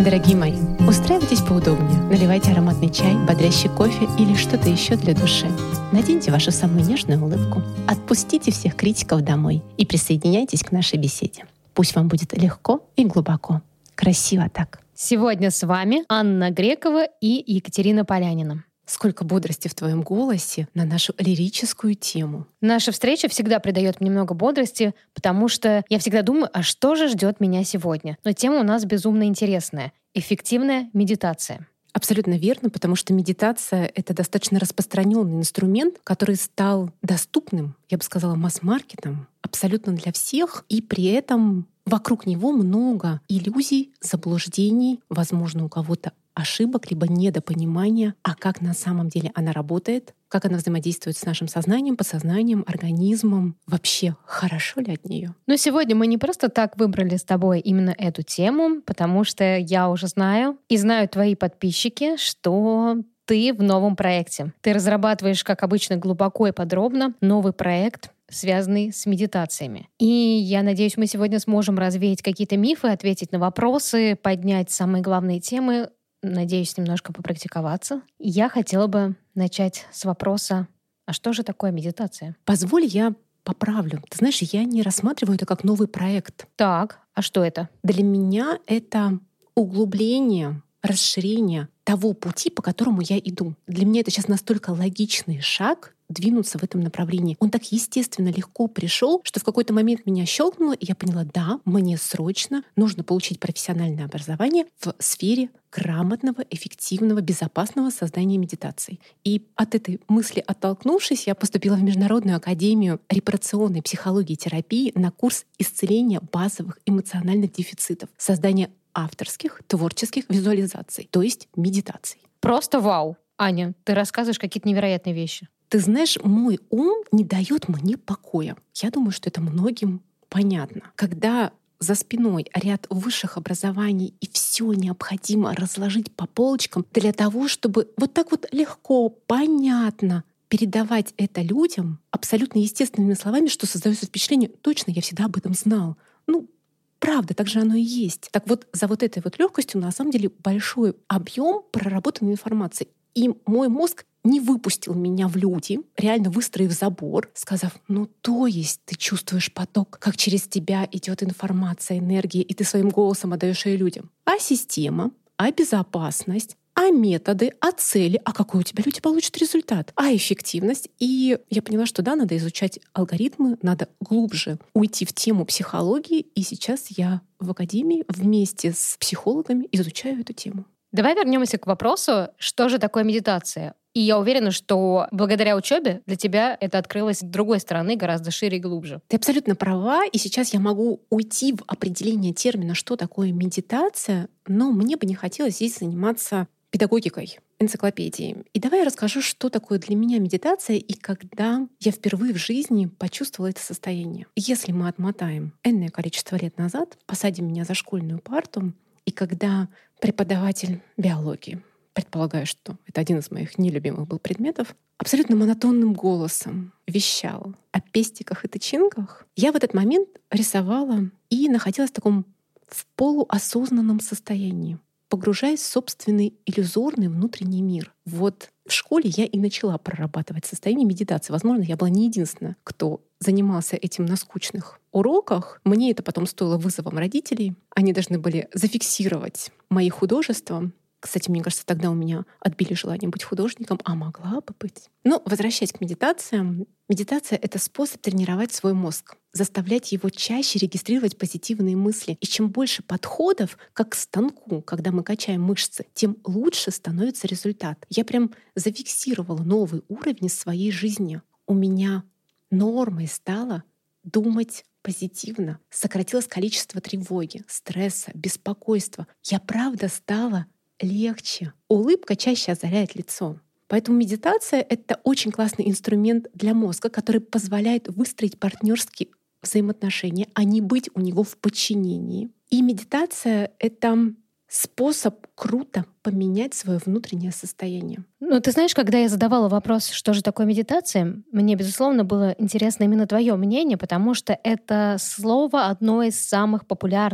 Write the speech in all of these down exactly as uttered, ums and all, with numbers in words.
Дорогие мои, устраивайтесь поудобнее, наливайте ароматный чай, бодрящий кофе или что-то еще для души. Наденьте вашу самую нежную улыбку, отпустите всех критиков домой и присоединяйтесь к нашей беседе. Пусть вам будет легко и глубоко. Красиво так. Сегодня с вами Анна Грекова и Екатерина Полянина. Сколько бодрости в твоем голосе на нашу лирическую тему. Наша встреча всегда придает мне много бодрости, потому что я всегда думаю, а что же ждет меня сегодня? Но тема у нас безумно интересная. Эффективная медитация. Абсолютно верно, потому что медитация — это достаточно распространенный инструмент, который стал доступным, я бы сказала, масс-маркетом абсолютно для всех, и при этом вокруг него много иллюзий, заблуждений, возможно, у кого-то ошибок, либо недопонимания, а как на самом деле она работает, как она взаимодействует с нашим сознанием, подсознанием, организмом. Вообще, хорошо ли от нее? Но сегодня мы не просто так выбрали с тобой именно эту тему, потому что я уже знаю, и знаю твои подписчики, что ты в новом проекте. Ты разрабатываешь, как обычно, глубоко и подробно новый проект, связанный с медитациями. И я надеюсь, мы сегодня сможем развеять какие-то мифы, ответить на вопросы, поднять самые главные темы. Надеюсь, немножко попрактиковаться. Я хотела бы начать с вопроса, а что же такое медитация? Позволь, я поправлю. Ты знаешь, я не рассматриваю это как новый проект. Так, а что это? Для меня это углубление, расширение того пути, по которому я иду. Для меня это сейчас настолько логичный шаг двинуться в этом направлении. Он так естественно легко пришел, что в какой-то момент меня щелкнуло, и я поняла, да, мне срочно нужно получить профессиональное образование в сфере грамотного, эффективного, безопасного создания медитаций. И от этой мысли оттолкнувшись, я поступила в Международную академию репарационной психологии и терапии на курс исцеления базовых эмоциональных дефицитов, создания авторских, творческих визуализаций, то есть медитаций. Просто вау! Аня, ты рассказываешь какие-то невероятные вещи. Ты знаешь, мой ум не дает мне покоя. Я думаю, что это многим понятно. Когда за спиной ряд высших образований и все необходимо разложить по полочкам для того, чтобы вот так вот легко, понятно передавать это людям абсолютно естественными словами, что создается впечатление, точно, я всегда об этом знал. Ну, правда, так же оно и есть. Так вот, за вот этой вот легкостью на самом деле большой объем проработанной информации. И мой мозг не выпустил меня в люди, реально выстроив забор, сказав, ну то есть ты чувствуешь поток, как через тебя идет информация, энергия, и ты своим голосом отдаешь ее людям. А система, а безопасность, а методы, а цели, а какой у тебя люди получат результат, а эффективность. И я поняла, что да, надо изучать алгоритмы, надо глубже уйти в тему психологии. И сейчас я в академии вместе с психологами изучаю эту тему. Давай вернемся к вопросу, что же такое медитация? И я уверена, что благодаря учебе для тебя это открылось с другой стороны, гораздо шире и глубже. Ты абсолютно права, и сейчас я могу уйти в определение термина, что такое медитация, но мне бы не хотелось здесь заниматься педагогикой, энциклопедией. И давай я расскажу, что такое для меня медитация и когда я впервые в жизни почувствовала это состояние. Если мы отмотаем энное количество лет назад, посадим меня за школьную парту, и когда преподаватель биологии, предполагаю, что это один из моих нелюбимых был предметов, абсолютно монотонным голосом вещал о пестиках и тычинках, я в этот момент рисовала и находилась в таком в полуосознанном состоянии, погружаясь в собственный иллюзорный внутренний мир. Вот в школе я и начала прорабатывать состояние медитации. Возможно, я была не единственная, кто занимался этим на скучных уроках. Мне это потом стоило вызовом родителей. Они должны были зафиксировать мои художества. Кстати, мне кажется, тогда у меня отбили желание быть художником, а могла бы быть. Но возвращаясь к медитациям, медитация — это способ тренировать свой мозг, заставлять его чаще регистрировать позитивные мысли. И чем больше подходов, как к станку, когда мы качаем мышцы, тем лучше становится результат. Я прям зафиксировала новый уровень из своей жизни. У меня нормой стало думать позитивно. Сократилось количество тревоги, стресса, беспокойства. Я правда стала легче. Улыбка чаще озаряет лицо. Поэтому медитация — это очень классный инструмент для мозга, который позволяет выстроить партнерские взаимоотношения, а не быть у него в подчинении. И медитация — это способ круто поменять свое внутреннее состояние. Ну, ты знаешь, когда я задавала вопрос, что же такое медитация, мне, безусловно, было интересно именно твое мнение, потому что это слово одно из самых популярных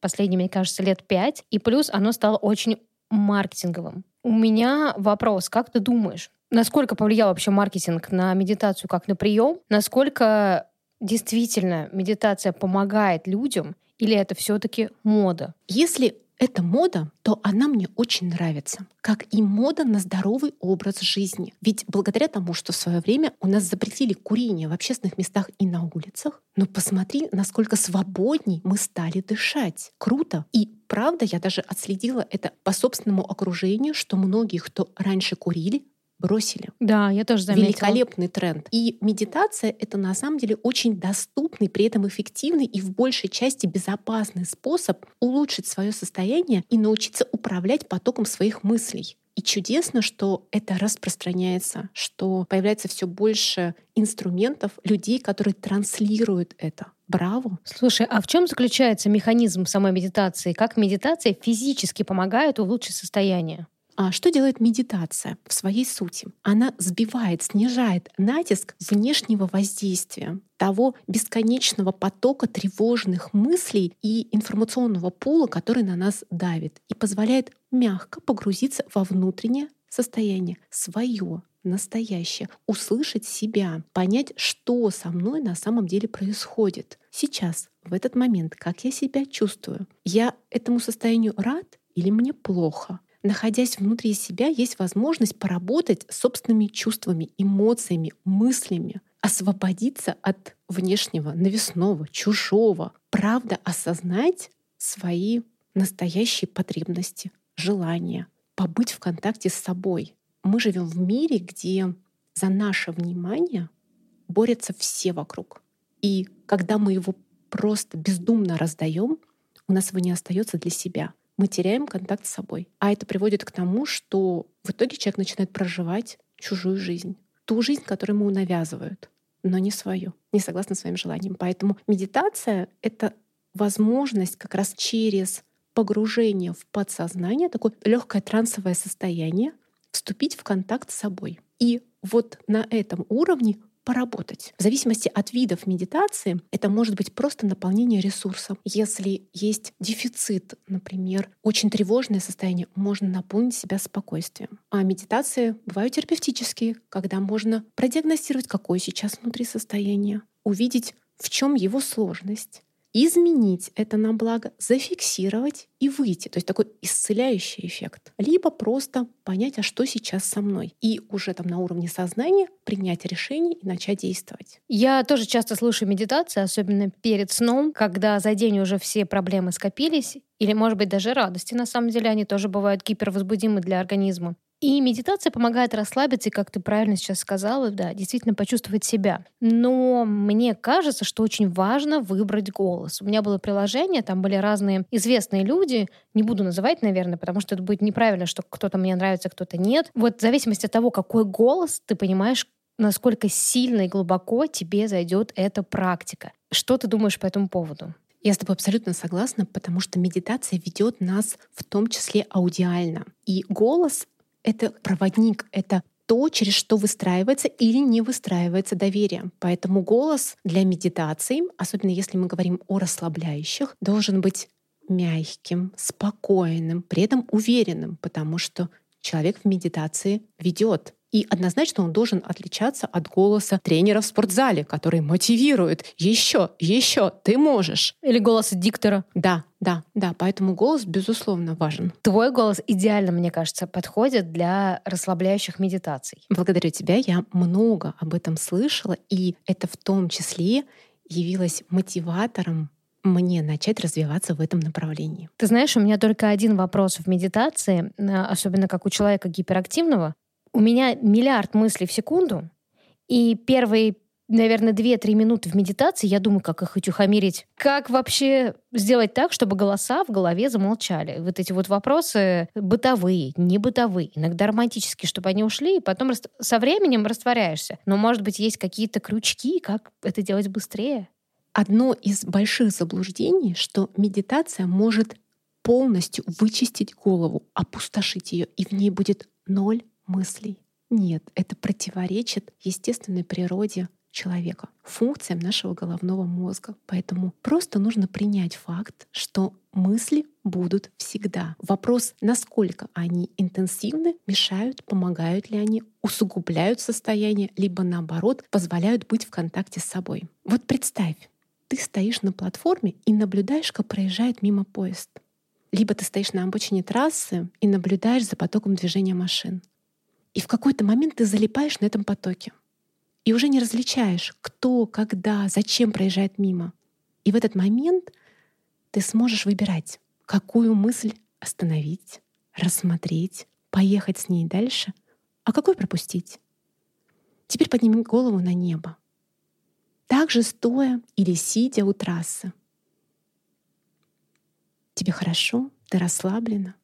последние, мне кажется, лет пять. И плюс оно стало очень маркетинговым. У меня вопрос, как ты думаешь, насколько повлиял вообще маркетинг на медитацию как на прием? Насколько действительно медитация помогает людям, или это все-таки мода? Если это мода, то она мне очень нравится, как и мода на здоровый образ жизни. Ведь благодаря тому, что в свое время у нас запретили курение в общественных местах и на улицах, но посмотри, насколько свободней мы стали дышать. Круто. И правда, я даже отследила это по собственному окружению, что многие, кто раньше курили, бросили. Да, я тоже заметила. Великолепный тренд. И медитация — это на самом деле очень доступный, при этом эффективный и в большей части безопасный способ улучшить свое состояние и научиться управлять потоком своих мыслей. И чудесно, что это распространяется, что появляется все больше инструментов, людей, которые транслируют это. Браво! Слушай, а в чем заключается механизм самой медитации? Как медитация физически помогает улучшить состояние? А что делает медитация в своей сути? Она сбивает, снижает натиск внешнего воздействия, того бесконечного потока тревожных мыслей и информационного пула, который на нас давит, и позволяет мягко погрузиться во внутреннее состояние, свое, настоящее, услышать себя, понять, что со мной на самом деле происходит. Сейчас, в этот момент, как я себя чувствую? Я этому состоянию рад или мне плохо? Находясь внутри себя, есть возможность поработать с собственными чувствами, эмоциями, мыслями, освободиться от внешнего, навесного, чужого, правда осознать свои настоящие потребности, желания, побыть в контакте с собой. Мы живем в мире, где за наше внимание борются все вокруг. И когда мы его просто бездумно раздаем, у нас его не остается для себя. Мы теряем контакт с собой. А это приводит к тому, что в итоге человек начинает проживать чужую жизнь. Ту жизнь, которую ему навязывают, но не свою, не согласно своим желаниям. Поэтому медитация — это возможность как раз через погружение в подсознание, такое легкое трансовое состояние, вступить в контакт с собой. И вот на этом уровне поработать. В зависимости от видов медитации это может быть просто наполнение ресурсом. Если есть дефицит, например, очень тревожное состояние, можно наполнить себя спокойствием. А медитации бывают терапевтические, когда можно продиагностировать, какое сейчас внутри состояние, увидеть, в чем его сложность, изменить это на благо, зафиксировать и выйти. То есть такой исцеляющий эффект. Либо просто понять, а что сейчас со мной. И уже там на уровне сознания принять решение и начать действовать. Я тоже часто слушаю медитации, особенно перед сном, когда за день уже все проблемы скопились, или, может быть, даже радости. На самом деле они тоже бывают гипервозбудимы для организма. И медитация помогает расслабиться, и, как ты правильно сейчас сказала, да, действительно почувствовать себя. Но мне кажется, что очень важно выбрать голос. У меня было приложение, там были разные известные люди, не буду называть, наверное, потому что это будет неправильно, что кто-то мне нравится, кто-то нет. Вот в зависимости от того, какой голос, ты понимаешь, насколько сильно и глубоко тебе зайдет эта практика. Что ты думаешь по этому поводу? Я с тобой абсолютно согласна, потому что медитация ведет нас в том числе аудиально. И голос — это проводник, это то, через что выстраивается или не выстраивается доверие. Поэтому голос для медитации, особенно если мы говорим о расслабляющих, должен быть мягким, спокойным, при этом уверенным, потому что человек в медитации ведет. И однозначно он должен отличаться от голоса тренера в спортзале, который мотивирует: еще, еще, ты можешь. Или голоса диктора. Да, да, да. Поэтому голос, безусловно, важен. Твой голос идеально, мне кажется, подходит для расслабляющих медитаций. Благодарю тебя. Я много об этом слышала, и это в том числе явилось мотиватором мне начать развиваться в этом направлении. Ты знаешь, у меня только один вопрос в медитации, особенно как у человека гиперактивного. У меня миллиард мыслей в секунду, и первые, наверное, две-три минуты в медитации я думаю, как их утихомирить. Как вообще сделать так, чтобы голоса в голове замолчали? Вот эти вот вопросы бытовые, не бытовые, иногда романтические, чтобы они ушли, и потом раст... со временем растворяешься. Но, может быть, есть какие-то крючки, как это делать быстрее? Одно из больших заблуждений, что медитация может полностью вычистить голову, опустошить ее, и в ней будет ноль мыслей. Нет, это противоречит естественной природе человека, функциям нашего головного мозга. Поэтому просто нужно принять факт, что мысли будут всегда. Вопрос, насколько они интенсивны, мешают, помогают ли они, усугубляют состояние, либо наоборот позволяют быть в контакте с собой. Вот представь, ты стоишь на платформе и наблюдаешь, как проезжает мимо поезд. Либо ты стоишь на обочине трассы и наблюдаешь за потоком движения машин. И в какой-то момент ты залипаешь на этом потоке. И уже не различаешь, кто, когда, зачем проезжает мимо. И в этот момент ты сможешь выбирать, какую мысль остановить, рассмотреть, поехать с ней дальше, а какую пропустить. Теперь подними голову на небо. Также стоя или сидя у трассы. Тебе хорошо, ты расслаблена.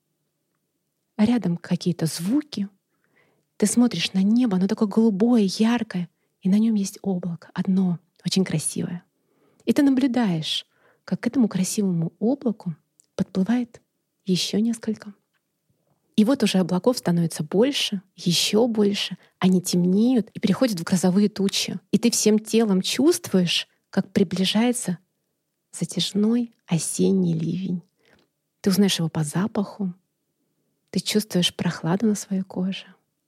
А рядом какие-то звуки. Ты смотришь на небо, оно такое голубое, яркое, и на нем есть облако, одно, очень красивое. И ты наблюдаешь, как к этому красивому облаку подплывает еще несколько. И вот уже облаков становится больше, еще больше, они темнеют и переходят в грозовые тучи. И ты всем телом чувствуешь, как приближается затяжной осенний ливень. Ты узнаешь его по запаху, ты чувствуешь прохладу на своей коже.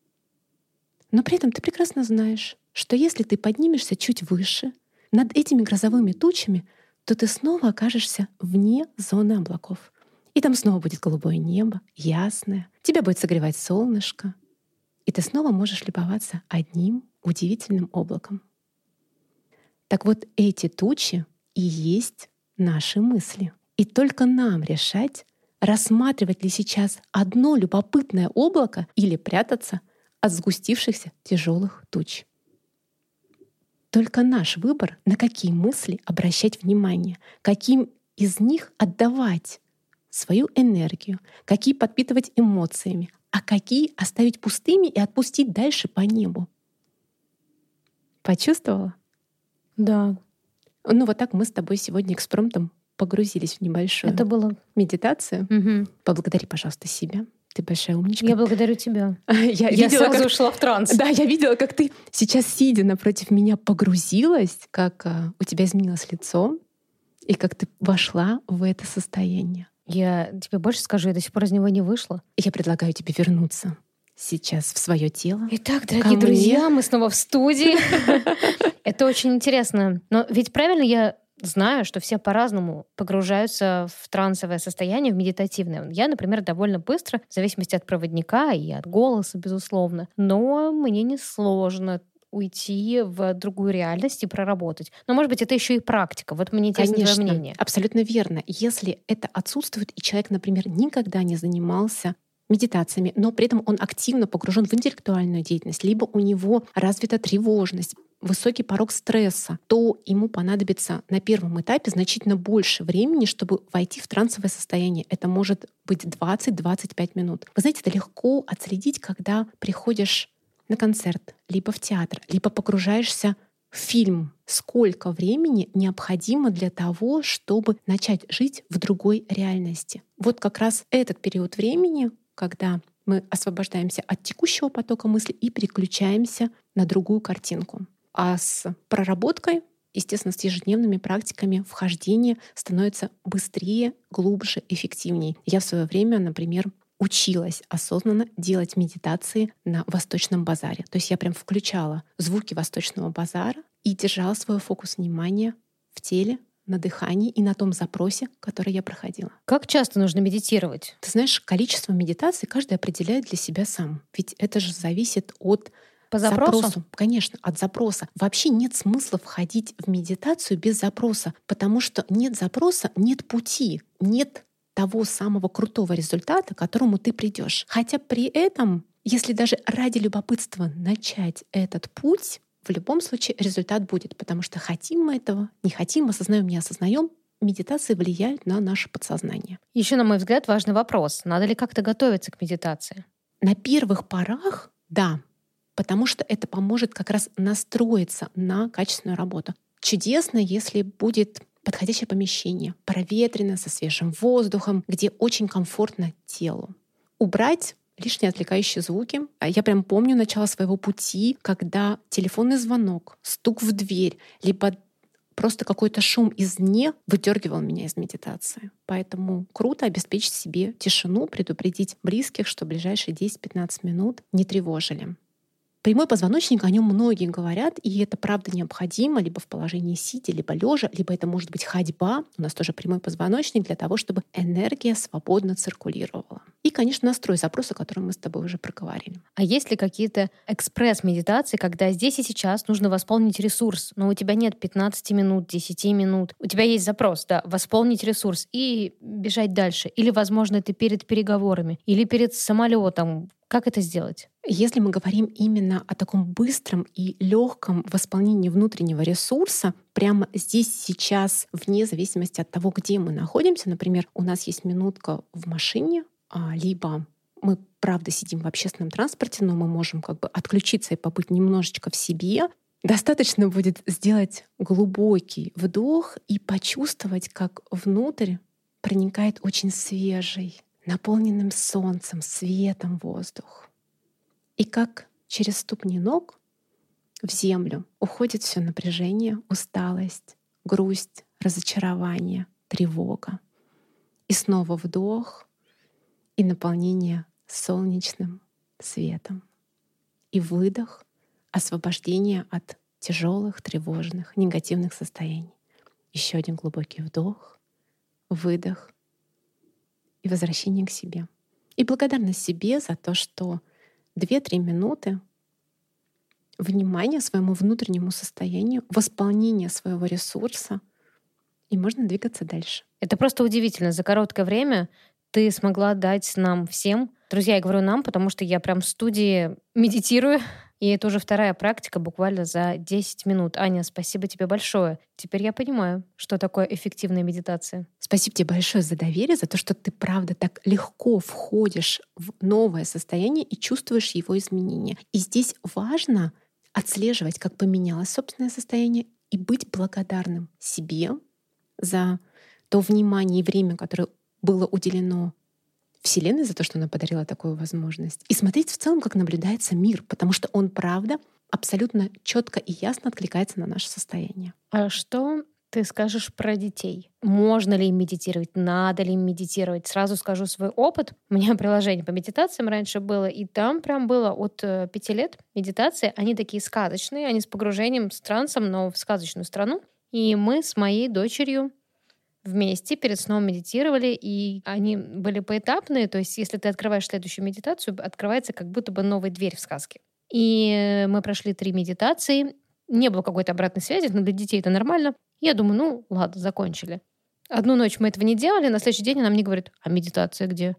Но при этом ты прекрасно знаешь, что если ты поднимешься чуть выше, над этими грозовыми тучами, то ты снова окажешься вне зоны облаков. И там снова будет голубое небо, ясное, тебя будет согревать солнышко, и ты снова можешь любоваться одним удивительным облаком. Так вот, эти тучи и есть наши мысли. И только нам решать, рассматривать ли сейчас одно любопытное облако или прятаться от сгустившихся тяжелых туч. Только наш выбор, на какие мысли обращать внимание, каким из них отдавать свою энергию, какие подпитывать эмоциями, а какие оставить пустыми и отпустить дальше по небу. Почувствовала? Да. Ну вот так мы с тобой сегодня экспромтом погрузились в небольшую Это было медитацию. Угу. Поблагодари, пожалуйста, себя. Ты большая умничка. Я благодарю тебя. Я, Я видела, сразу как... ушла в транс. Да, я видела, как ты сейчас, сидя напротив меня, погрузилась, как а, у тебя изменилось лицо, и как ты вошла в это состояние. Я тебе больше скажу, я до сих пор из него не вышла. Я предлагаю тебе вернуться сейчас в свое тело. Итак, дорогие ко друзья, мне. мы снова в студии. Это очень интересно. Но ведь правильно я знаю, что все по-разному погружаются в трансовое состояние, в медитативное. Я, например, довольно быстро, в зависимости от проводника и от голоса, безусловно. Но мне несложно уйти в другую реальность и проработать. Но, может быть, это еще и практика. Вот мне интересно Конечно, твое мнение. абсолютно верно. Если это отсутствует, и человек, например, никогда не занимался медитациями, но при этом он активно погружен в интеллектуальную деятельность, либо у него развита тревожность, высокий порог стресса, то ему понадобится на первом этапе значительно больше времени, чтобы войти в трансовое состояние. Это может быть двадцать-двадцать пять минут. Вы знаете, это легко отследить, когда приходишь на концерт, либо в театр, либо погружаешься в фильм. Сколько времени необходимо для того, чтобы начать жить в другой реальности. Вот как раз этот период времени, когда мы освобождаемся от текущего потока мыслей и переключаемся на другую картинку. А с проработкой, естественно, с ежедневными практиками вхождения становится быстрее, глубже, эффективнее. Я в свое время, например, училась осознанно делать медитации на Восточном базаре. То есть я прям включала звуки Восточного базара и держала свой фокус внимания в теле, на дыхании и на том запросе, который я проходила. Как часто нужно медитировать? Ты знаешь, количество медитаций каждый определяет для себя сам. Ведь это же зависит от По запросу? запросу. Конечно, от запроса. Вообще нет смысла входить в медитацию без запроса, потому что нет запроса, нет пути, нет того самого крутого результата, к которому ты придешь. Хотя при этом, если даже ради любопытства начать этот путь, в любом случае результат будет, потому что хотим мы этого, не хотим, осознаем, не осознаем, медитации влияют на наше подсознание. Еще, на мой взгляд, важный вопрос. Надо ли как-то готовиться к медитации? На первых порах — да, потому что это поможет как раз настроиться на качественную работу. Чудесно, если будет подходящее помещение, проветрено, со свежим воздухом, где очень комфортно телу. Убрать лишние отвлекающие звуки. А я прям помню начало своего пути, когда телефонный звонок, стук в дверь, либо просто какой-то шум извне выдергивал меня из медитации. Поэтому круто обеспечить себе тишину, предупредить близких, что ближайшие десять-пятнадцать минут не тревожили. Прямой позвоночник, о нем многие говорят, и это правда необходимо либо в положении сидя, либо лежа, либо это может быть ходьба. У нас тоже прямой позвоночник для того, чтобы энергия свободно циркулировала. И, конечно, настрой запроса, который мы с тобой уже проговорили. А есть ли какие-то экспресс-медитации, когда здесь и сейчас нужно восполнить ресурс, но у тебя нет пятнадцати минут, десяти минут, у тебя есть запрос, да, восполнить ресурс и бежать дальше? Или, возможно, это перед переговорами, или перед самолетом? Как это сделать? Если мы говорим именно о таком быстром и легком восполнении внутреннего ресурса, прямо здесь, сейчас, вне зависимости от того, где мы находимся, например, у нас есть минутка в машине, либо мы, правда, сидим в общественном транспорте, но мы можем как бы отключиться и побыть немножечко в себе, достаточно будет сделать глубокий вдох и почувствовать, как внутрь проникает очень свежий, наполненным солнцем, светом воздух. И как через ступни ног в землю уходит все напряжение, усталость, грусть, разочарование, тревога. И снова вдох и наполнение солнечным светом. И выдох, освобождение от тяжелых, тревожных, негативных состояний. Еще один глубокий вдох, выдох и возвращение к себе. И благодарность себе за то, что две-три минуты внимания своему внутреннему состоянию, восполнения своего ресурса, и можно двигаться дальше. Это просто удивительно. За короткое время ты смогла дать нам всем. Друзья, я говорю нам, потому что я прям в студии медитирую, и это уже вторая практика буквально за десять минут. Аня, спасибо тебе большое. Теперь я понимаю, что такое эффективная медитация. Спасибо тебе большое за доверие, за то, что ты, правда, так легко входишь в новое состояние и чувствуешь его изменения. И здесь важно отслеживать, как поменялось собственное состояние, и быть благодарным себе за то внимание и время, которое было уделено Вселенной, за то, что она подарила такую возможность. И смотреть в целом, как наблюдается мир, потому что он, правда, абсолютно четко и ясно откликается на наше состояние. А что ты скажешь про детей? Можно ли им медитировать? Надо ли им медитировать? Сразу скажу свой опыт. У меня приложение по медитациям раньше было, и там прям было от пяти лет медитации. Они такие сказочные, они с погружением, с трансом, но в сказочную страну. И мы с моей дочерью вместе перед сном медитировали, и они были поэтапные, то есть если ты открываешь следующую медитацию, открывается как будто бы новая дверь в сказке. И мы прошли три медитации, не было какой-то обратной связи, но для детей это нормально. Я думаю, ну ладно, закончили. Одну ночь мы этого не делали, на следующий день она мне говорит, а медитация где?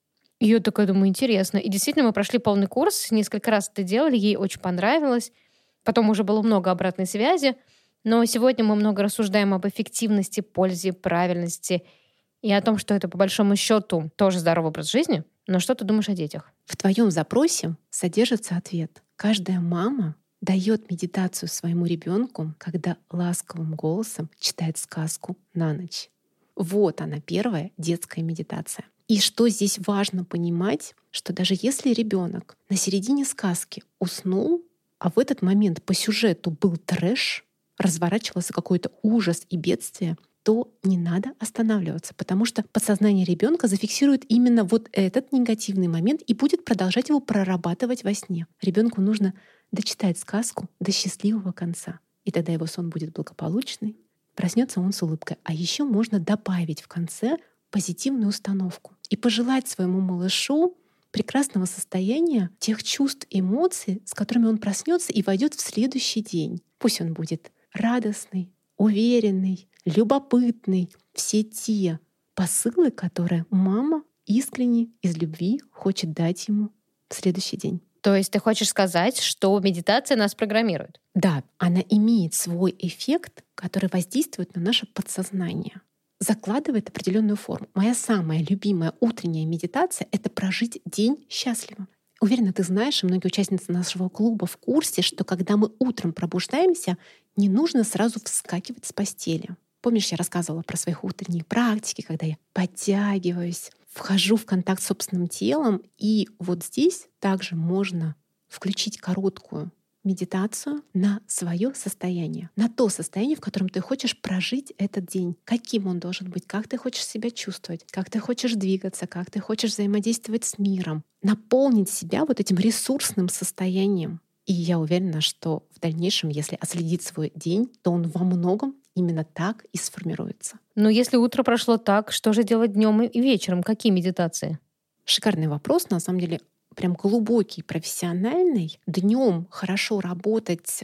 И я такая думаю, интересно. И действительно мы прошли полный курс, несколько раз это делали, ей очень понравилось. Потом уже было много обратной связи. Но сегодня мы много рассуждаем об эффективности, пользе, правильности и о том, что это по большому счету тоже здоровый образ жизни. Но что ты думаешь о детях? В твоем запросе содержится ответ. Каждая мама дает медитацию своему ребенку, когда ласковым голосом читает сказку на ночь. Вот она, первая детская медитация. И что здесь важно понимать, что даже если ребенок на середине сказки уснул, а в этот момент по сюжету был трэш, разворачивался какой-то ужас и бедствие, то не надо останавливаться, потому что подсознание ребенка зафиксирует именно вот этот негативный момент и будет продолжать его прорабатывать во сне. Ребенку нужно дочитать сказку до счастливого конца, и тогда его сон будет благополучный, проснется он с улыбкой. А еще можно добавить в конце позитивную установку и пожелать своему малышу прекрасного состояния, тех чувств, эмоций, с которыми он проснется и войдет в следующий день. Пусть он будет радостный, уверенный, любопытный. Все те посылы, которые мама искренне из любви хочет дать ему в следующий день. То есть ты хочешь сказать, что медитация нас программирует? Да, она имеет свой эффект, который воздействует на наше подсознание, закладывает определенную форму. Моя самая любимая утренняя медитация — это прожить день счастливо. Уверена, ты знаешь, и многие участницы нашего клуба в курсе, что когда мы утром пробуждаемся, не нужно сразу вскакивать с постели. Помнишь, я рассказывала про свои утренние практики, когда я подтягиваюсь, вхожу в контакт с собственным телом. И вот здесь также можно включить короткую медитацию на свое состояние, на то состояние, в котором ты хочешь прожить этот день. Каким он должен быть, как ты хочешь себя чувствовать, как ты хочешь двигаться, как ты хочешь взаимодействовать с миром. Наполнить себя вот этим ресурсным состоянием. И я уверена, что в дальнейшем, если отследить свой день, то он во многом именно так и сформируется. Но если утро прошло так, что же делать днем и вечером? Какие медитации? Шикарный вопрос, на самом деле, прям глубокий, профессиональный. Днем хорошо работать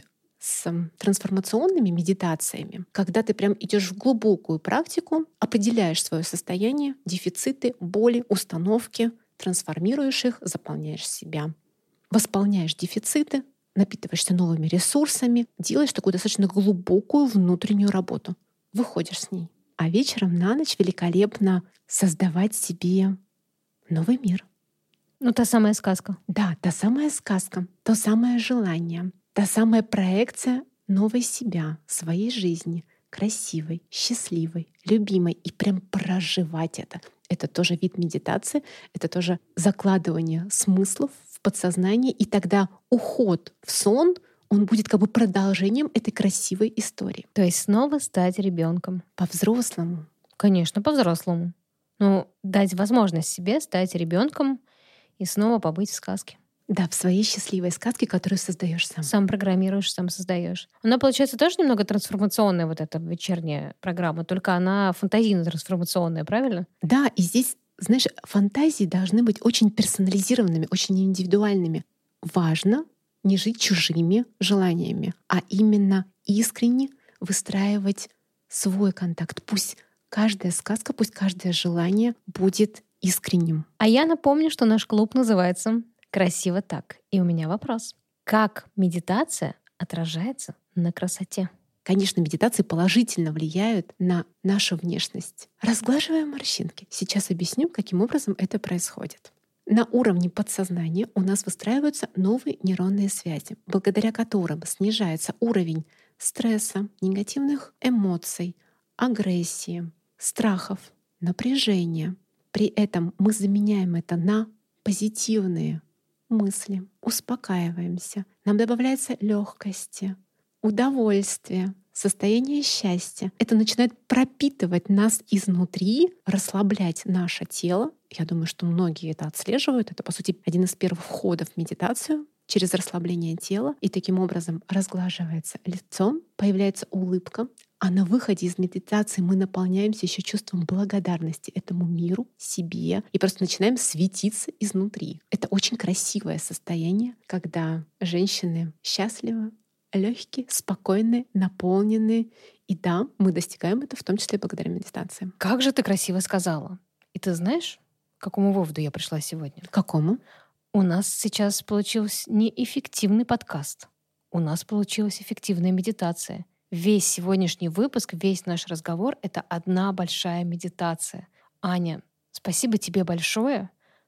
с трансформационными медитациями, когда ты прям идешь в глубокую практику, определяешь свое состояние, дефициты, боли, установки, трансформируешь их, заполняешь себя, восполняешь дефициты, напитываешься новыми ресурсами, делаешь такую достаточно глубокую внутреннюю работу. Выходишь с ней. А вечером на ночь великолепно создавать себе новый мир. Ну, та самая сказка. Да, та самая сказка, то самое желание, та самая проекция новой себя, своей жизни, красивой, счастливой, любимой, и прям проживать это. Это тоже вид медитации, это тоже закладывание смыслов в подсознание, и тогда уход в сон, он будет как бы продолжением этой красивой истории. То есть снова стать ребенком. По-взрослому. Конечно, по-взрослому. Ну, дать возможность себе стать ребенком и снова побыть в сказке. Да, в своей счастливой сказке, которую создаешь сам. Сам программируешь, сам создаешь. Она, получается, тоже немного трансформационная, вот эта вечерняя программа, только она фантазийно-трансформационная, правильно? Да, и здесь, знаешь, фантазии должны быть очень персонализированными, очень индивидуальными. Важно не жить чужими желаниями, а именно искренне выстраивать свой контакт. Пусть каждая сказка, пусть каждое желание будет искренним. А я напомню, что наш клуб называется «Красиво так». И у меня вопрос. Как медитация отражается на красоте? Конечно, медитации положительно влияют на нашу внешность. Разглаживая морщинки. Сейчас объясню, каким образом это происходит. На уровне подсознания у нас выстраиваются новые нейронные связи, благодаря которым снижается уровень стресса, негативных эмоций, агрессии, страхов, напряжения. При этом мы заменяем это на позитивные мысли, успокаиваемся, нам добавляется легкости, удовольствие, состояние счастья. Это начинает пропитывать нас изнутри, расслаблять наше тело. Я думаю, что многие это отслеживают. Это, по сути, один из первых входов в медитацию через расслабление тела. И таким образом разглаживается лицо, появляется улыбка. А на выходе из медитации мы наполняемся еще чувством благодарности этому миру, себе, и просто начинаем светиться изнутри. Это очень красивое состояние, когда женщины счастливы, легкие, спокойные, наполненные. И да, мы достигаем это, в том числе благодаря медитации. Как же ты красиво сказала. И ты знаешь, к какому выводу я пришла сегодня? К какому? У нас сейчас получился неэффективный подкаст. У нас получилась эффективная медитация. Весь сегодняшний выпуск, весь наш разговор — это одна большая медитация. Аня, спасибо тебе большое.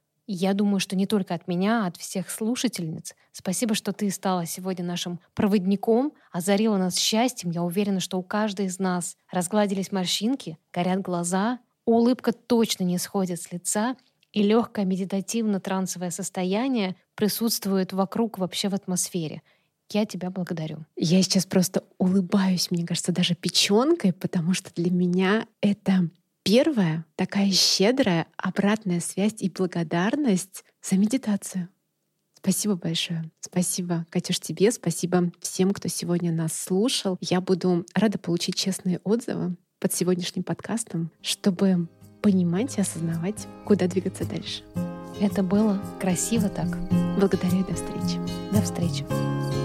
Я думаю, что не только от меня, а от всех слушательниц. Спасибо, что ты стала сегодня нашим проводником, озарила нас счастьем. Я уверена, что у каждой из нас разгладились морщинки, горят глаза, улыбка точно не сходит с лица, и легкое медитативно-трансовое состояние присутствует вокруг, вообще в атмосфере. Я тебя благодарю. Я сейчас просто улыбаюсь, мне кажется, даже печенкой, потому что для меня это первая такая щедрая обратная связь и благодарность за медитацию. Спасибо большое. Спасибо, Катюш, тебе. Спасибо всем, кто сегодня нас слушал. Я буду рада получить честные отзывы под сегодняшним подкастом, чтобы понимать и осознавать, куда двигаться дальше. Это было красиво так. Благодарю и до встречи. До встречи.